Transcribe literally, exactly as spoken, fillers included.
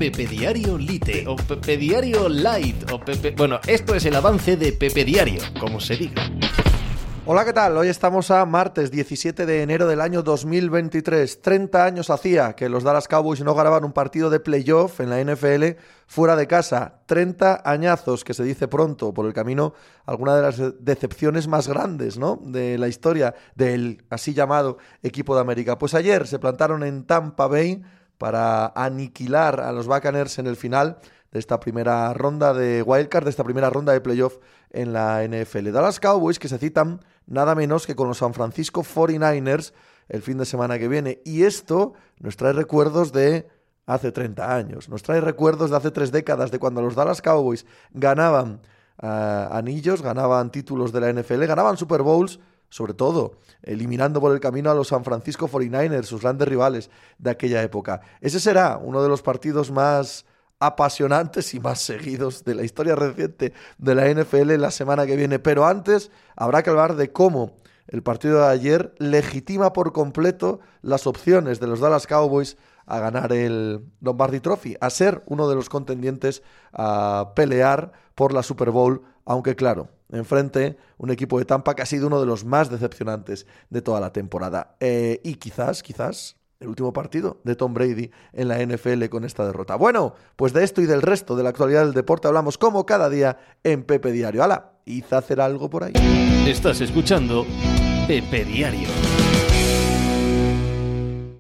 Pepe Diario Lite o Pepe Diario Light o Pepe... Bueno, esto es el avance de Pepe Diario, como se diga. Hola, ¿qué tal? Hoy estamos a martes diecisiete de enero del año dos mil veintitrés. treinta años hacía que los Dallas Cowboys no ganaban un partido de playoff en la N F L fuera de casa. treinta añazos, que se dice pronto, por el camino, alguna de las decepciones más grandes, ¿no?, de la historia del así llamado equipo de América. Pues ayer se plantaron en Tampa Bay para aniquilar a los Buccaneers en el final de esta primera ronda de Wildcard, de esta primera ronda de playoff en la N F L. Dallas Cowboys, que se citan nada menos que con los San Francisco cuarenta y nueve ers el fin de semana que viene. Y esto nos trae recuerdos de hace treinta años, nos trae recuerdos de hace tres décadas, de cuando los Dallas Cowboys ganaban uh, anillos, ganaban títulos de la N F L, ganaban Super Bowls, sobre todo eliminando por el camino a los San Francisco cuarenta y nueve ers, sus grandes rivales de aquella época. Ese será uno de los partidos más apasionantes y más seguidos de la historia reciente de la N F L la semana que viene. Pero antes habrá que hablar de cómo el partido de ayer legitima por completo las opciones de los Dallas Cowboys a ganar el Lombardi Trophy, a ser uno de los contendientes a pelear por la Super Bowl, aunque claro, enfrente un equipo de Tampa que ha sido uno de los más decepcionantes de toda la temporada. Eh, y quizás, quizás... el último partido de Tom Brady en la N F L con esta derrota. Bueno, pues de esto y del resto de la actualidad del deporte hablamos como cada día en Pepe Diario. ¡Hala! Id a hacer algo por ahí. Estás escuchando Pepe Diario.